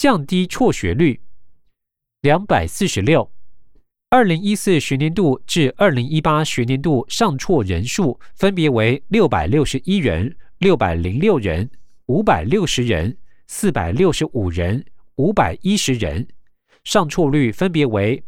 降低辍学率。246 2014学年度至2018学年度上辍人数分别为661人、606人、560人、465人、510人，上辍率分别为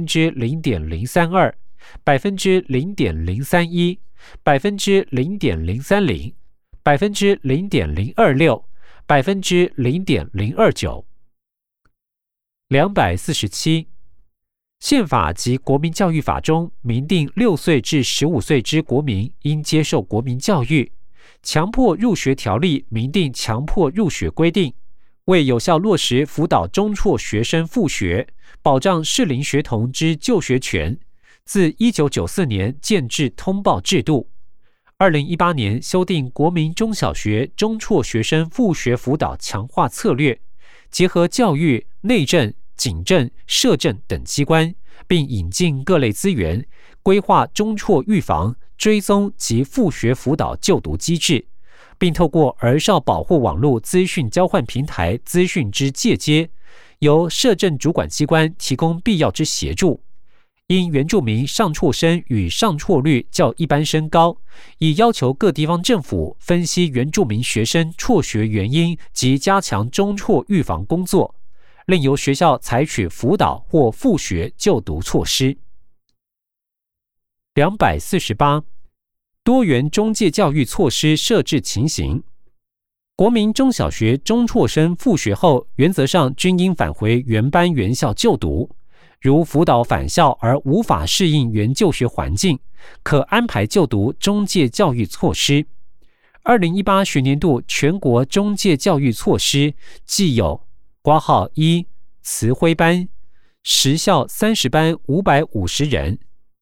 0.032%、0.031%、0.030%、0.026%、0.029%。247宪法及国民教育法中明定6岁至15岁之国民应接受国民教育，强迫入学条例明定强迫入学规定，为有效落实辅导中辍学生复学，保障适龄学童之就学权，自1994年建制通报制度。2018年修订国民中小学中辍学生复学辅导强化策略，结合教育、内政、警政、社政等机关，并引进各类资源，规划中辍预防、追踪及复学辅导就读机制，并透过儿少保护网络资讯交换平台资讯之介接，由社政主管机关提供必要之协助。因原住民上辍生与上辍率较一般生高，已要求各地方政府分析原住民学生辍学原因及加强中辍预防工作，另由学校采取辅导或复学就读措施。248多元中介教育措施设置情形。国民中小学中辍生复学后，原则上均应返回原班原校就读，如辅导返校而无法适应原就学环境，可安排就读中介教育措施。2018学年度全国中介教育措施既有1慈晖班10校30班550人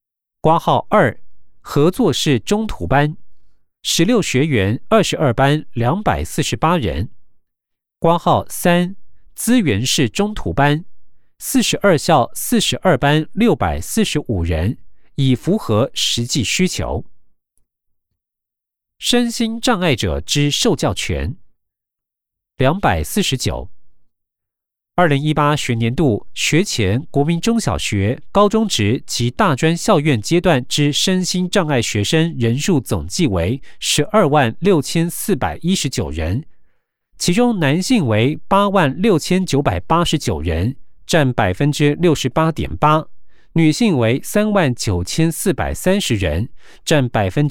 ，2合作式中途班16学员22班248人，3资源式中途班42校42班645人，以符合实际需求。身心障碍者之受教权。249 2018学年度学前国民中小学、高中职及大专校院阶段之身心障碍学生人数总计为126419人，其中男性为86989人，占 68.8%， 女性为39430人，占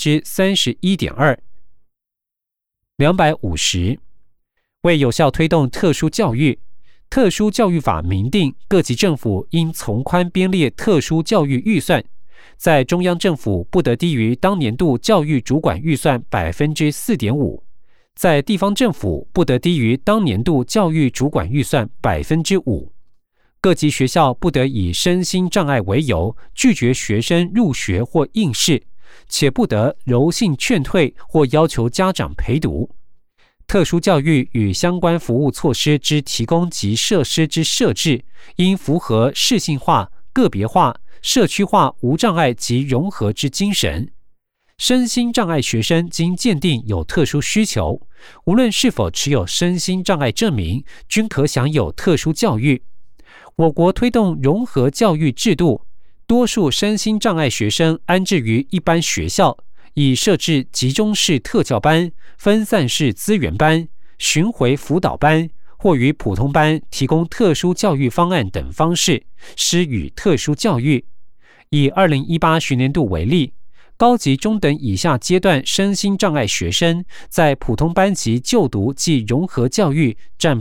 31.2%。250为有效推动特殊教育，特殊教育法明定各级政府应从宽编列特殊教育预算，在中央政府不得低于当年度教育主管预算 4.5%， 在地方政府不得低于当年度教育主管预算 5%。各级学校不得以身心障碍为由拒绝学生入学或应试，且不得柔性劝退或要求家长陪读。特殊教育与相关服务措施之提供及设施之设置，应符合适性化、个别化、社区化无障碍及融合之精神。身心障碍学生经鉴定有特殊需求，无论是否持有身心障碍证明，均可享有特殊教育。我国推动融合教育制度，多数身心障碍学生安置于一般学校，以设置集中式特教班、分散式资源班、巡回辅导班，或于普通班提供特殊教育方案等方式施予特殊教育。以2018学年度为例，高级中等以下阶段身心障碍学生在普通班级就读暨融合教育占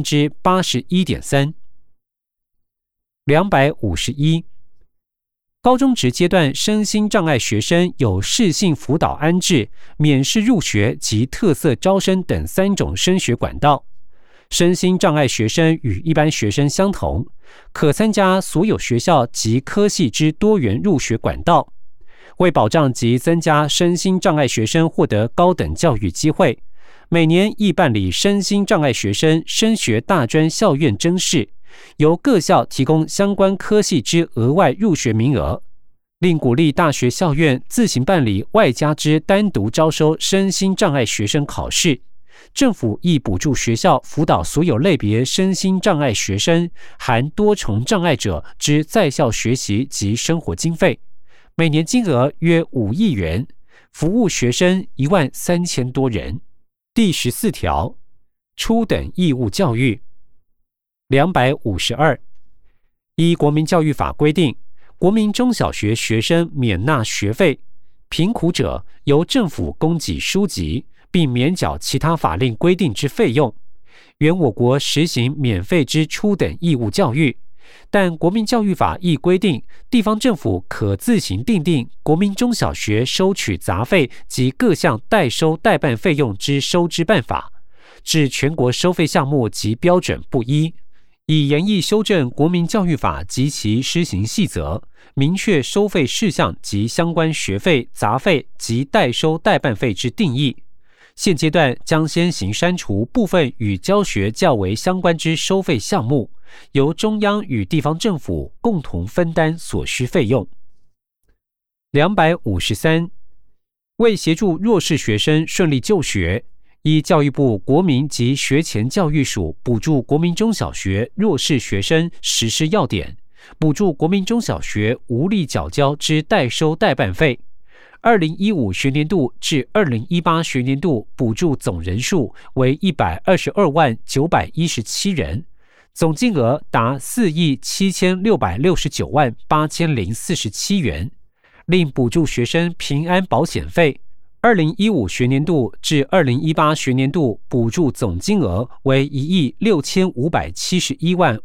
81.3%。251高中职阶段身心障碍学生有适性辅导安置、免试入学及特色招生等3种升学管道。身心障碍学生与一般学生相同，可参加所有学校及科系之多元入学管道。为保障及增加身心障碍学生获得高等教育机会，每年亦办理身心障碍学生升学大专校院甄试，由各校提供相关科系之额外入学名额，另鼓励大学校院自行办理外加之单独招收身心障碍学生考试， 政府亦补助学校辅导所有类别身心障碍学生，含多重障碍者之在校学习及生活经费，每年金额约5亿元，服务学生13000多人。第14条，初等义务教育。252，依国民教育法规定，国民中小学学生免纳学费，贫苦者由政府供给书籍，并免缴其他法令规定之费用。原我国实行免费之初等义务教育，但国民教育法亦规定，地方政府可自行订定国民中小学收取杂费及各项代收代办费用之收支办法，致全国收费项目及标准不一，以研议修正国民教育法及其施行细则，明确收费事项及相关学费、杂费及代收代办费之定义。现阶段将先行删除部分与教学较为相关之收费项目，由中央与地方政府共同分担所需费用。253，为协助弱势学生顺利就学，依教育部国民及学前教育署补助国民中小学弱势学生实施要点，补助国民中小学无力缴交之代收代办费。2015学年度至2018学年度补助总人数为122万917人，总金额达4亿7669万8047元，另补助学生平安保险费。2015学年度至2018学年度补助总金额为1亿6571万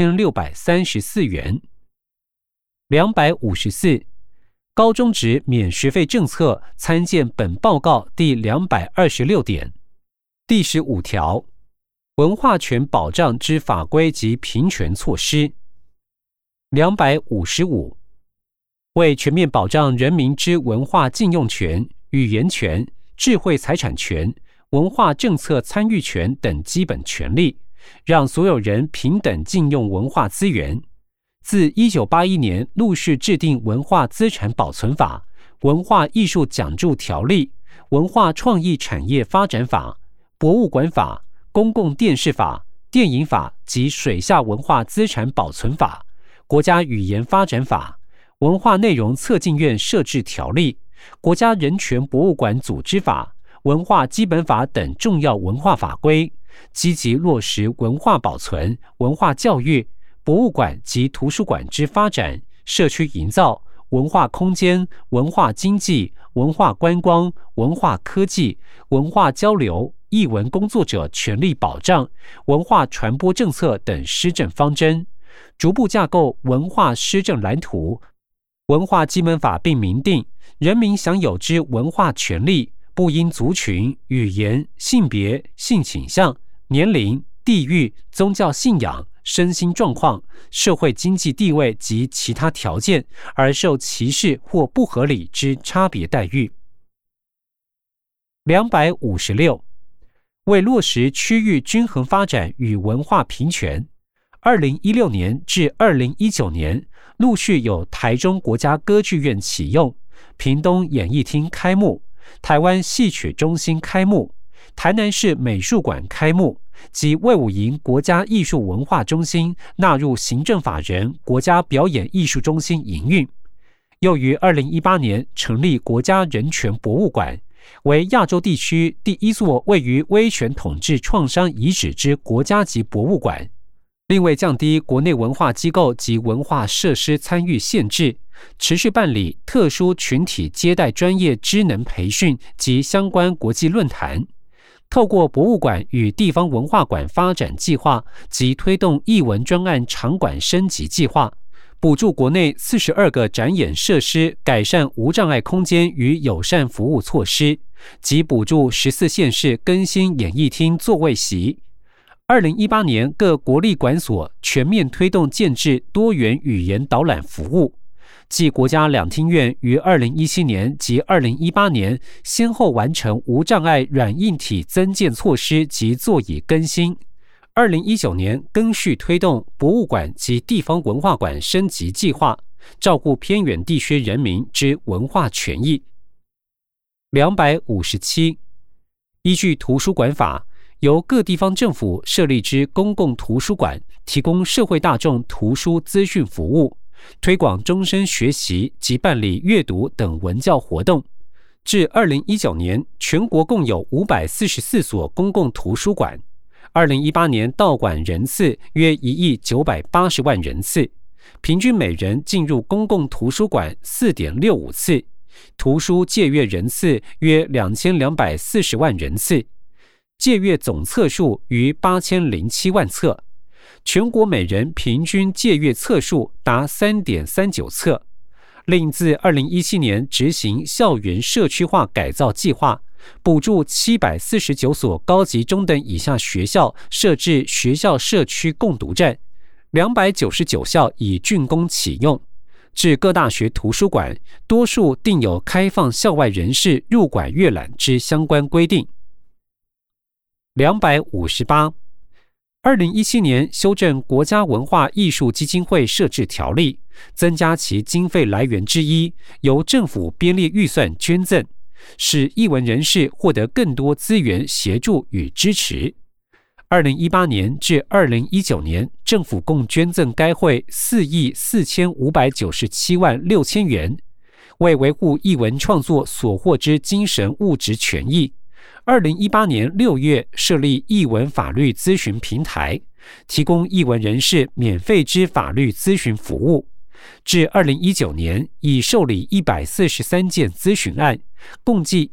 5634元。254，高中职免学费政策参见本报告第226点。第15条，文化权保障之法规及平权措施。255，为全面保障人民之文化禁用权、语言权、智慧财产权、文化政策参与权等基本权利，让所有人平等禁用文化资源，自1981年陆续制定文化资产保存法、文化艺术奖助条例、文化创意产业发展法、博物馆法、公共电视法、电影法及水下文化资产保存法、国家语言发展法、文化内容策进院设置条例、国家人权博物馆组织法、文化基本法等重要文化法规，积极落实文化保存、文化教育、博物馆及图书馆之发展、社区营造、文化空间、文化经济、文化观光、文化科技、文化交流、艺文工作者权利保障、文化传播政策等施政方针，逐步架构文化施政蓝图。文化基本法并明定，人民享有之文化权利，不因族群、语言、性别、性倾向、年龄、地域、宗教信仰、身心状况、社会经济地位及其他条件而受歧视或不合理之差别待遇。256，为落实区域均衡发展与文化平权，2016年至2019年陆续有台中国家歌剧院启用、屏东演艺厅开幕、台湾戏曲中心开幕、台南市美术馆开幕及卫武营国家艺术文化中心纳入行政法人国家表演艺术中心营运，又于2018年成立国家人权博物馆，为亚洲地区第一座位于威权统治创伤遗址之国家级博物馆。另为降低国内文化机构及文化设施参与限制，持续办理特殊群体接待专业知能培训及相关国际论坛，透过博物馆与地方文化馆发展计划及推动艺文专案场馆升级计划，补助国内42个展演设施改善无障碍空间与友善服务措施，及补助14县市更新演艺厅座位席。2018年各国立馆所全面推动建制多元语言导览服务，继国家两厅院于2017年及2018年先后完成无障碍软硬体增建措施及座椅更新。2019年更续推动博物馆及地方文化馆升级计划，照顾偏远地区人民之文化权益。257， 依据图书馆法，由各地方政府设立之公共图书馆，提供社会大众图书资讯服务，推广终身学习及办理阅读等文教活动。至2019年，全国共有544所公共图书馆。2018年到馆人次约1亿980万人次，平均每人进入公共图书馆4.65次，图书借阅人次约2240万人次，借阅总册数逾8007万册，全国每人平均借阅册数达3.39册。另自2017年执行校园社区化改造计划，补助749所高级中等以下学校设置学校社区共读站，299校已竣工启用。至各大学图书馆，多数订有开放校外人士入馆阅览之相关规定。258 2017年修正国家文化艺术基金会设置条例，增加其经费来源之一，由政府编列预算捐赠，使艺文人士获得更多资源协助与支持。2018年至2019年，政府共捐赠该会4亿4597万6千元，为维护艺文创作所获之精神物质权益。2018年6月设立艺文法律咨询平台，提供艺文人士免费之法律咨询服务。至2019年，已受理143件咨询案，共计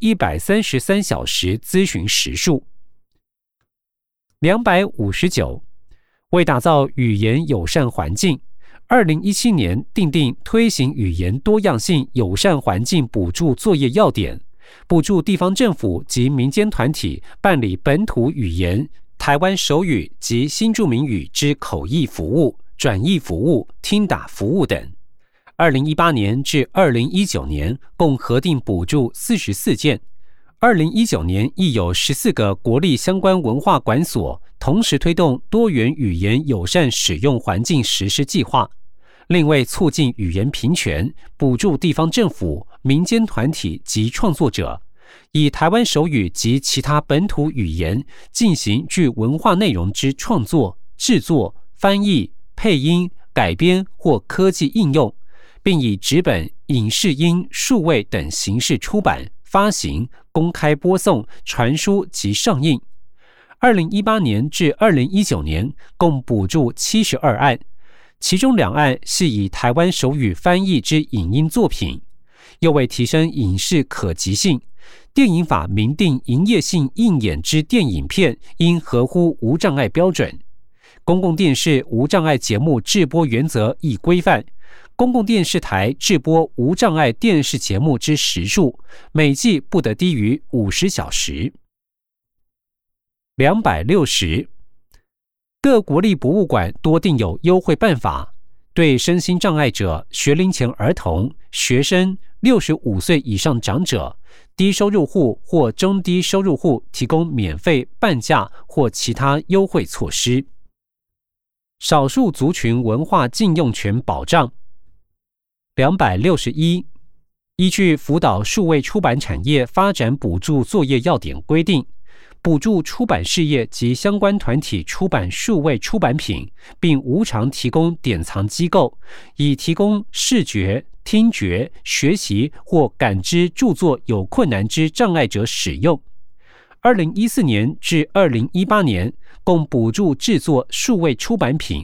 133小时咨询时数。259为打造语言友善环境，2017年订定推行语言多样性友善环境补助作业要点，补助地方政府及民间团体办理本土语言、台湾手语及新住民语之口译服务、转译服务、听打服务等。2018年至2019年共核定补助44件。2019年亦有14个国立相关文化馆所同时推动多元语言友善使用环境实施计划，另为促进语言平权，补助地方政府、民间团体及创作者，以台湾手语及其他本土语言进行具文化内容之创作、制作、翻译、配音、改编或科技应用，并以纸本、影视音、数位等形式出版、发行、公开播送、传输及上映。2018年至2019年共补助72案，其中2案是以台湾手语翻译之影音作品。又为提升影视可及性，电影法明定营业性映演之电影片应合乎无障碍标准。公共电视无障碍节目制播原则亦规范，公共电视台制播无障碍电视节目之时数，每季不得低于50小时。260各国立博物馆多订有优惠办法，对身心障碍者、学龄前儿童、学生、65岁以上长者、低收入户或中低收入户提供免费、半价或其他优惠措施。少数族群文化禁用权保障。261依据辅导数位出版产业发展补助作业要点规定，补助出版事业及相关团体出版数位出版品，并无偿提供典藏机构，以提供视觉、听觉、学习或感知著作有困难之障碍者使用。2014年至2018年共补助制作数位出版品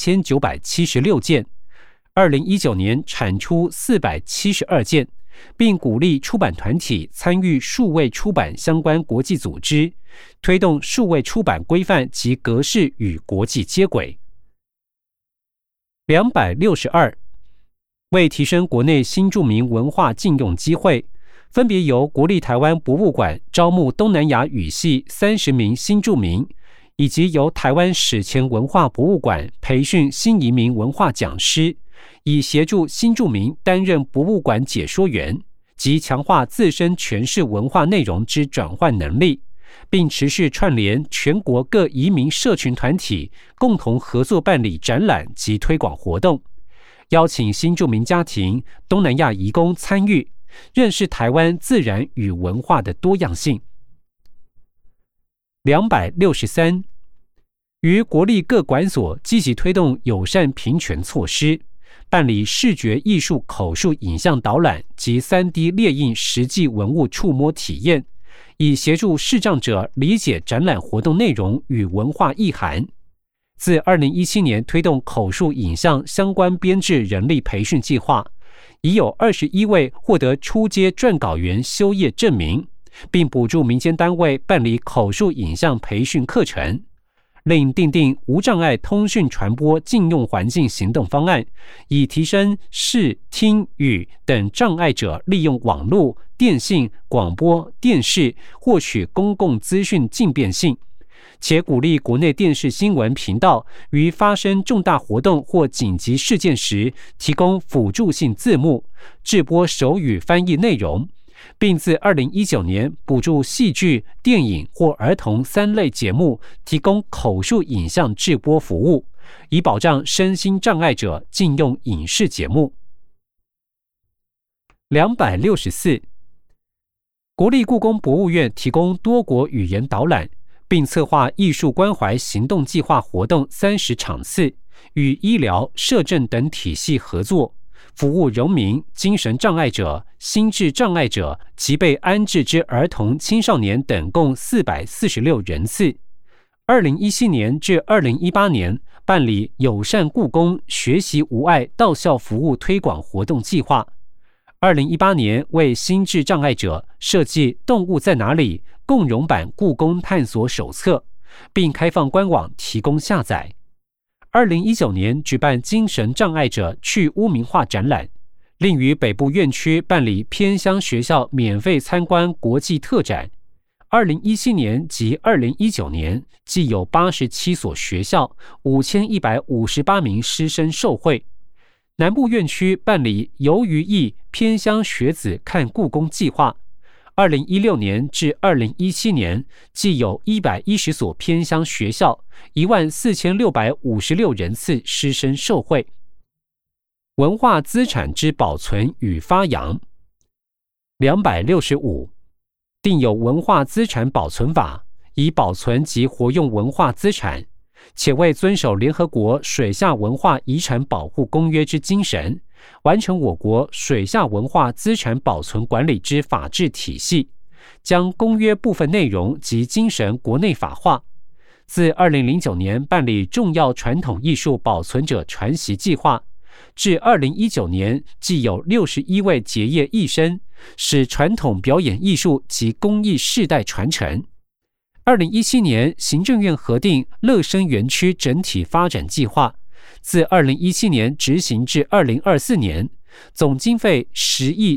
3976件，2019年产出472件，并鼓励出版团体参与数位出版相关国际组织，推动数位出版规范及格式与国际接轨。262为提升国内新住民文化禁用机会，分别由国立台湾博物馆招募东南亚语系30名新住民，以及由台湾史前文化博物馆培训新移民文化讲师，以协助新住民担任博物馆解说员及强化自身诠释文化内容之转换能力，并持续串联全国各移民社群团体，共同合作办理展览及推广活动，邀请新住民家庭、东南亚移工参与，认识台湾自然与文化的多样性。 263，于国立各管所积极推动友善平权措施，办理视觉艺术口述影像导览及 3D 列印实际文物触摸体验，以协助视障者理解展览活动内容与文化意涵。自2017年推动口述影像相关编制人力培训计划，已有21位获得初阶撰稿员修业证明，并补助民间单位办理口述影像培训课程，另订定无障碍通讯传播禁用环境行动方案，以提升视、听、语等障碍者利用网络、电信、广播、电视获取公共资讯尽便性，且鼓励国内电视新闻频道于发生重大活动或紧急事件时提供辅助性字幕、制播手语翻译内容，并自2019年补助戏剧、电影或儿童3类节目提供口述影像制播服务，以保障身心障碍者禁用影视节目。264，国立故宫博物院提供多国语言导览，并策划艺术关怀行动计划活动30场次，与医疗、社政等体系合作，服务荣民、精神障碍者、心智障碍者及被安置之儿童、青少年等共446人次。2017年至2018年办理友善故宫学习无碍到校服务推广活动计划。2018年为心智障碍者设计《动物在哪里》共融版故宫探索手册，并开放官网提供下载。2019年举办精神障碍者去污名化展览，另于北部院区办理偏乡学校免费参观国际特展。2017年及2019年计有87所学校5158名师生受惠。南部院区办理游于艺偏乡学子看故宫计划，2016年至2017年计有110所偏乡学校14656人次师生受惠。文化资产之保存与发扬。265，订有文化资产保存法，以保存及活用文化资产，且为遵守联合国水下文化遗产保护公约之精神，完成我国水下文化资产保存管理之法治体系，将公约部分内容及精神国内法化。自2009年办理重要传统艺术保存者传习计划，至2019年计有61位结业艺生，使传统表演艺术及工艺世代传承。2017年行政院核定乐生园区整体发展计划，自2017年执行至2024年，总经费10亿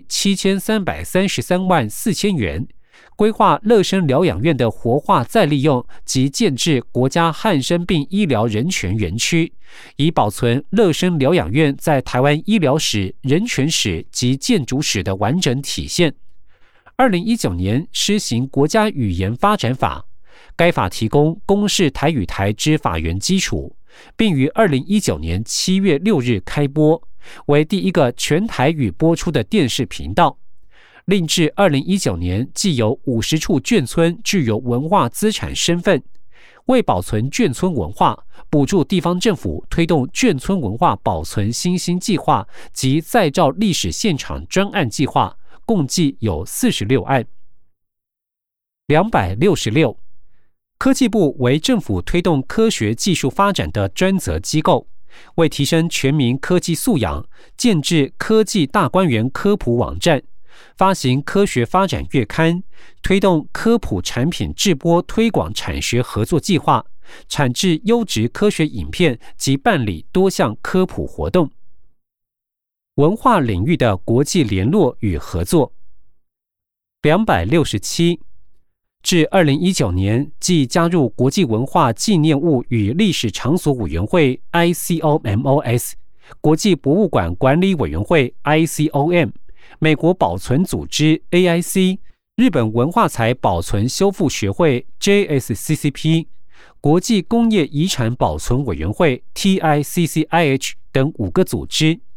7333万4千元，规划乐生疗养院的活化再利用及建制国家汉生病医疗人权园区，以保存乐生疗养院在台湾医疗史、人权史及建筑史的完整体现。2019年施行国家语言发展法，该法提供公视台语台之法源基础，并于2019年7月6日开播，为第一个全台语播出的电视频道。另至2019年既有50处眷村具有文化资产身份，为保存眷村文化，补助地方政府推动眷村文化保存新兴计划及再造历史现场专案计划，共计有46案。266，科技部为政府推动科学技术发展的专责机构，为提升全民科技素养，建制科技大观园科普网站，发行科学发展月刊，推动科普产品制播推广产学合作计划，产制优质科学影片及办理多项科普活动。文化领域的国际联络与合作。267，至2019年即加入国际文化纪念物与历史场所委员会 ICOMOS、 国际博物馆管理委员会 ICOM、 美国保存组织 AIC、 日本文化财保存修复学会 JSCCP、 国际工业遗产保存委员会 TICCIH 等5个组织。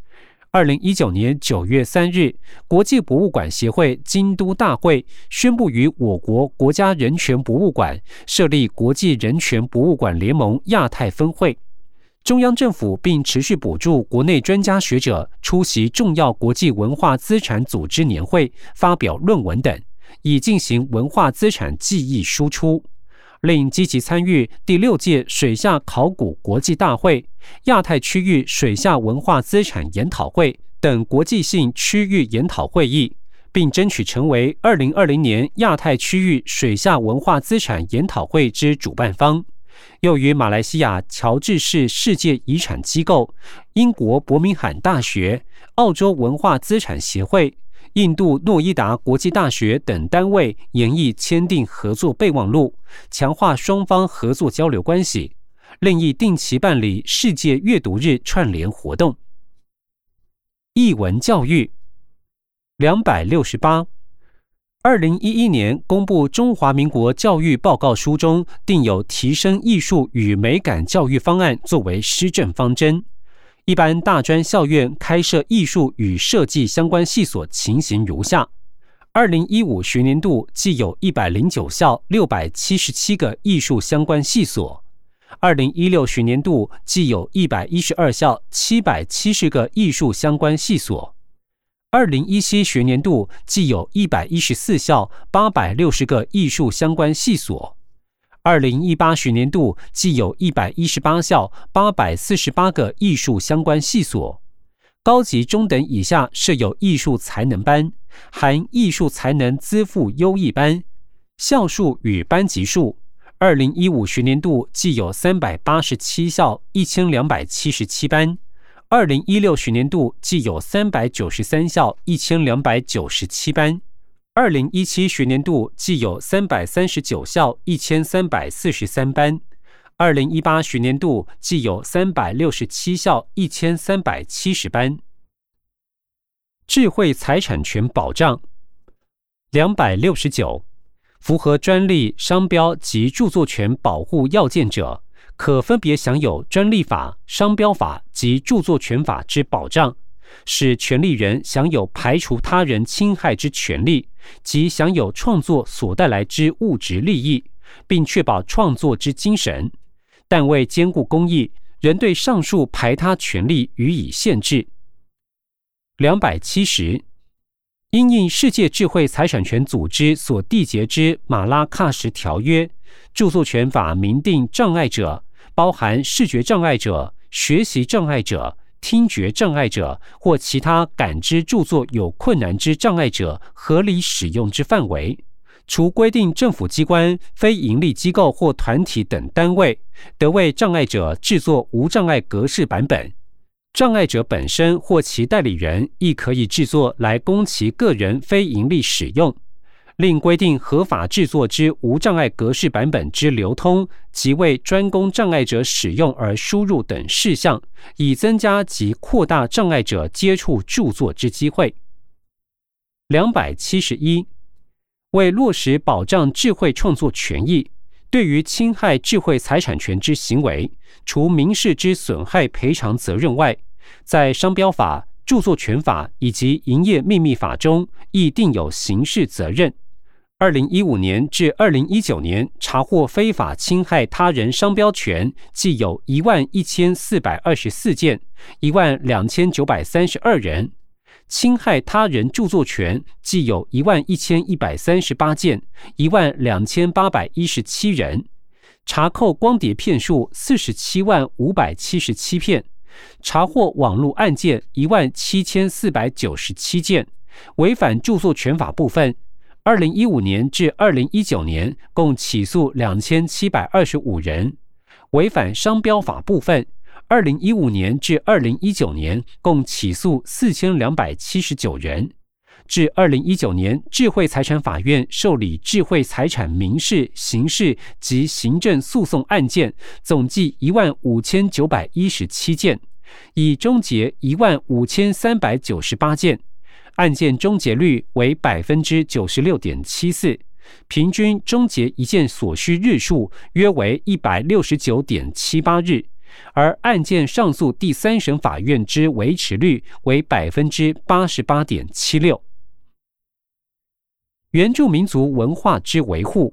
2019年9月3日，国际博物馆协会京都大会宣布于我国国家人权博物馆设立国际人权博物馆联盟亚太分会。中央政府并持续补助国内专家学者出席重要国际文化资产组织年会，发表论文等，以进行文化资产技艺输出。另积极参与第6届水下考古国际大会、亚太区域水下文化资产研讨会等国际性区域研讨会议，并争取成为2020年亚太区域水下文化资产研讨会之主办方。又与马来西亚乔治市世界遗产机构、英国伯明翰大学、澳洲文化资产协会、印度诺伊达国际大学等单位研议签订合作备忘录，强化双方合作交流关系，另亦定期办理世界阅读日串联活动。艺文教育268 2011年公布中华民国教育报告书中定有提升艺术与美感教育方案作为施政方针。一般大专校院开设艺术与设计相关系所情形如下：2015学年度计有109校677个艺术相关系所；2016学年度计有112校770个艺术相关系所；2017学年度计有114校860个艺术相关系所；2018学年度计有118校848个艺术相关系所。高级中等以下设有艺术才能班，含艺术才能资赋优异班。校数与班级数：2015学年度计有387校1277班；2016学年度计有393校1297班；2017学年度计有339校1343班；2018学年度计有367校1370班。智慧财产权保障269，符合专利、商标及著作权保护要件者，可分别享有专利法、商标法及著作权法之保障，使权利人享有排除他人侵害之权利及享有创作所带来之物质利益，并确保创作之精神，但为兼顾公益，仍对上述排他权利予以限制。270，因应世界智慧财产权组织所缔结之马拉喀什条约，著作权法明定障碍者，包含视觉障碍者、学习障碍者、听觉障碍者或其他感知著作有困难之障碍者合理使用之范围，除规定政府机关、非营利机构或团体等单位得为障碍者制作无障碍格式版本，障碍者本身或其代理人亦可以制作来供其个人非营利使用。另规定合法制作之无障碍格式版本之流通及为专供障碍者使用而输入等事项，以增加及扩大障碍者接触著作之机会。271，为落实保障智慧创作权益，对于侵害智慧财产权之行为，除民事之损害赔偿责任外，在商标法、著作权法以及营业秘密法中亦定有刑事责任。2015年至2019年查获非法侵害他人商标权，计有11424件，12932人；侵害他人著作权，计有11138件，12817人；查扣光碟片数470577片，查获网络案件17497件，违反著作权法部分。2015年至2019年共起诉2725人，违反商标法部分，2015年至2019年共起诉4279人。至2019年，智慧财产法院受理智慧财产民事、刑事及行政诉讼案件总计15917件，已终结15398件。案件终结率为 96.74%， 平均终结一件所需日数约为 169.78 日， 而案件上诉第三审法院之维持率为 88.76%。原住民族文化之维护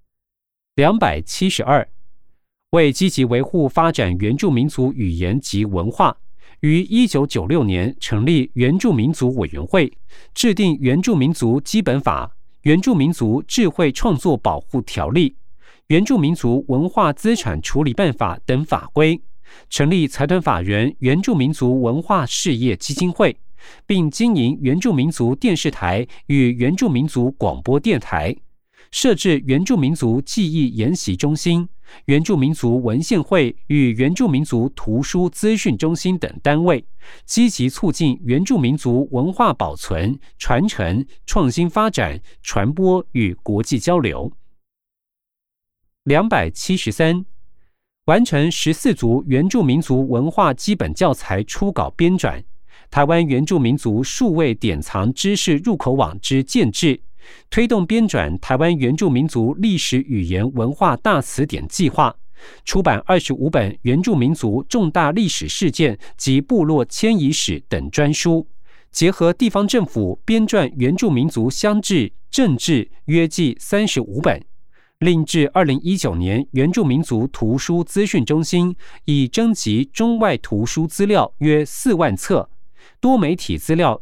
272，为积极维护发展原住民族语言及文化，于1996年成立原住民族委员会，制定原住民族基本法、原住民族智慧创作保护条例、原住民族文化资产处理办法等法规，成立财团法人原住民族文化事业基金会，并经营原住民族电视台与原住民族广播电台，设置原住民族记忆研习中心、原住民族文献会与原住民族图书资讯中心等单位，积极促进原住民族文化保存、传承、创新发展、传播与国际交流。273，完成14族原住民族文化基本教材初稿编纂，台湾原住民族数位典藏知识入口网之建制，推动编纂台湾原住民族历史语言文化大词典计划，出版25本原住民族重大历史事件及部落迁移史等专书，结合地方政府编撰原住民族乡志、政志约计35本。另至2019年，原住民族图书资讯中心已征集中外图书资料约4万册，多媒体资料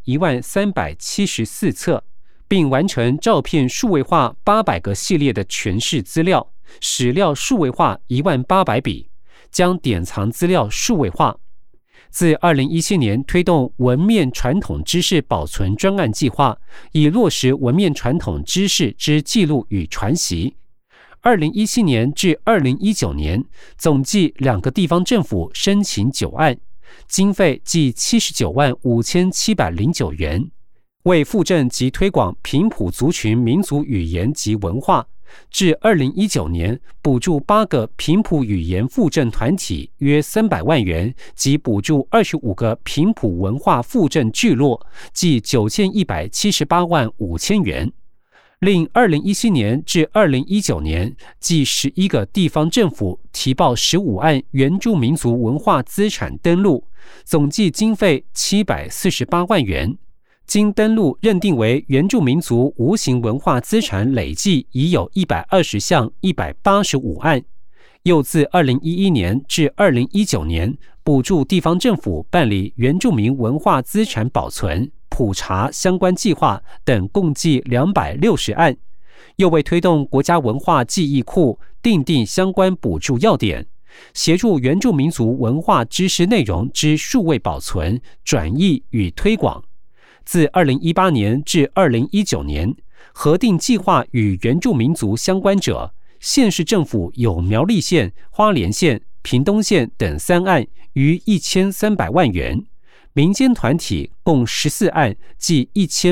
10374册，并完成照片数位化800个系列的全市资料，史料数位化10800笔，将典藏资料数位化。自2017年推动文面传统知识保存专案计划，以落实文面传统知识之记录与传习。2017年至2019年，总计2个地方政府申请9案，经费计795709元，为复振及推广平埔族群民族语言及文化，至2019年补助8个平埔语言复振团体约300万元，及补助25个平埔文化复振聚落，计9178万5千元。另2017年至2019年，计11个地方政府提报15案原住民族文化资产登录，总计经费748万元。经登录认定为原住民族无形文化资产累计已有120项185案。又自2011年至2019年，补助地方政府办理原住民文化资产保存、普查相关计划等共计260案，又为推动国家文化记忆库订定相关补助要点，协助原住民族文化知识内容之数位保存、转译与推广。自2018年至2019年，核定计划与原住民族相关者，县市政府有苗栗县、花莲县、屏东县等3案，逾1300万元。民间团体共14案，计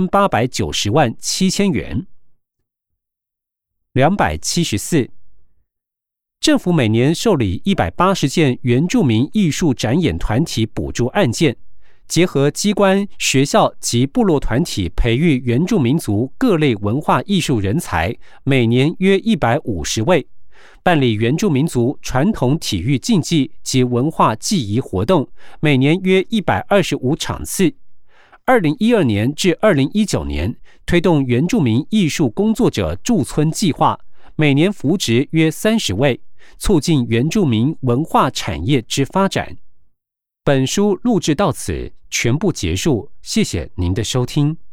1890万7千元。274，政府每年受理180件原住民艺术展演团体补助案件，结合机关、学校及部落团体培育原住民族各类文化艺术人才，每年约150位。办理原住民族传统体育竞技及文化祭仪活动，每年约125场次。2012年至2019年，推动原住民艺术工作者驻村计划，每年扶植约30位，促进原住民文化产业之发展。本书录制到此全部结束，谢谢您的收听。